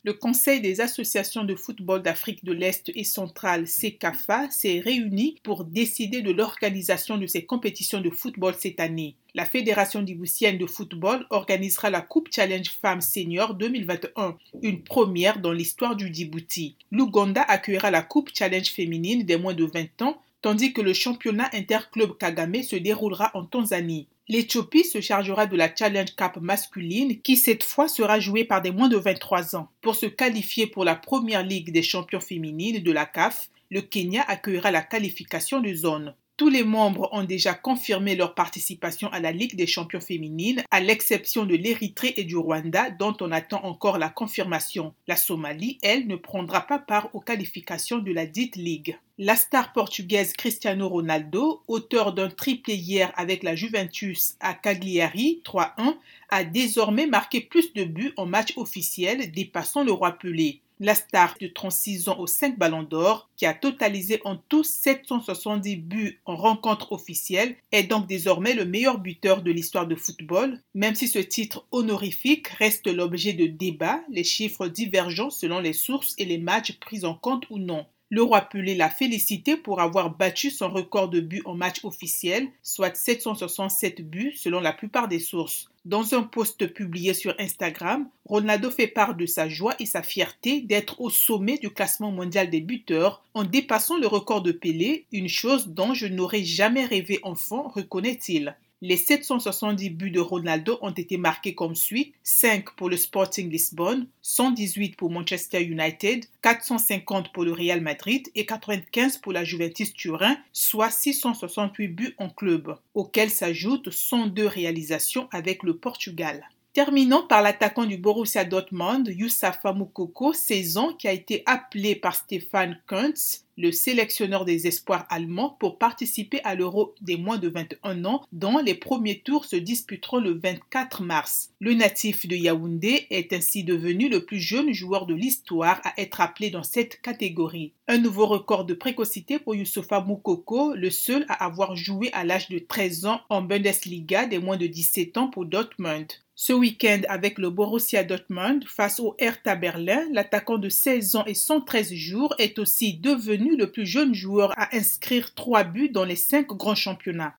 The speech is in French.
Le Conseil des associations de football d'Afrique de l'Est et centrale, CECAFA, s'est réuni pour décider de l'organisation de ces compétitions de football cette année. La Fédération djiboutienne de football organisera la Coupe Challenge Femmes Senior 2021, une première dans l'histoire du Djibouti. L'Ouganda accueillera la Coupe Challenge féminine des moins de 20 ans, tandis que le championnat interclub Kagame se déroulera en Tanzanie. L'Éthiopie se chargera de la Challenge Cup masculine qui cette fois sera jouée par des moins de 23 ans. Pour se qualifier pour la première Ligue des champions féminines de la CAF, le Kenya accueillera la qualification de zone. Tous les membres ont déjà confirmé leur participation à la Ligue des champions féminines, à l'exception de l'Érythrée et du Rwanda, dont on attend encore la confirmation. La Somalie, elle, ne prendra pas part aux qualifications de la dite Ligue. La star portugaise Cristiano Ronaldo, auteur d'un triplé hier avec la Juventus à Cagliari 3-1, a désormais marqué plus de buts en match officiel, dépassant le roi Pelé. La star de 36 ans aux 5 ballons d'or, qui a totalisé en tout 770 buts en rencontre officielle, est donc désormais le meilleur buteur de l'histoire de football. Même si ce titre honorifique reste l'objet de débats, les chiffres divergent selon les sources et les matchs pris en compte ou non. Le roi Pelé l'a félicité pour avoir battu son record de buts en match officiel, soit 767 buts selon la plupart des sources. Dans un post publié sur Instagram, Ronaldo fait part de sa joie et sa fierté d'être au sommet du classement mondial des buteurs en dépassant le record de Pelé, une chose dont je n'aurais jamais rêvé enfant, reconnaît-il. Les 770 buts de Ronaldo ont été marqués comme suit: 5 pour le Sporting Lisbonne, 118 pour Manchester United, 450 pour le Real Madrid et 95 pour la Juventus Turin, soit 668 buts en club, auxquels s'ajoutent 102 réalisations avec le Portugal. Terminons par l'attaquant du Borussia Dortmund, Youssoufa Moukoko, 16 ans, qui a été appelé par Stefan Kuntz, le sélectionneur des espoirs allemands, pour participer à l'Euro des moins de 21 ans, dont les premiers tours se disputeront le 24 mars. Le natif de Yaoundé est ainsi devenu le plus jeune joueur de l'histoire à être appelé dans cette catégorie. Un nouveau record de précocité pour Youssoufa Moukoko, le seul à avoir joué à l'âge de 13 ans en Bundesliga des moins de 17 ans pour Dortmund. Ce week-end, avec le Borussia Dortmund face au Hertha Berlin, l'attaquant de 16 ans et 113 jours est aussi devenu le plus jeune joueur à inscrire 3 buts dans les 5 grands championnats.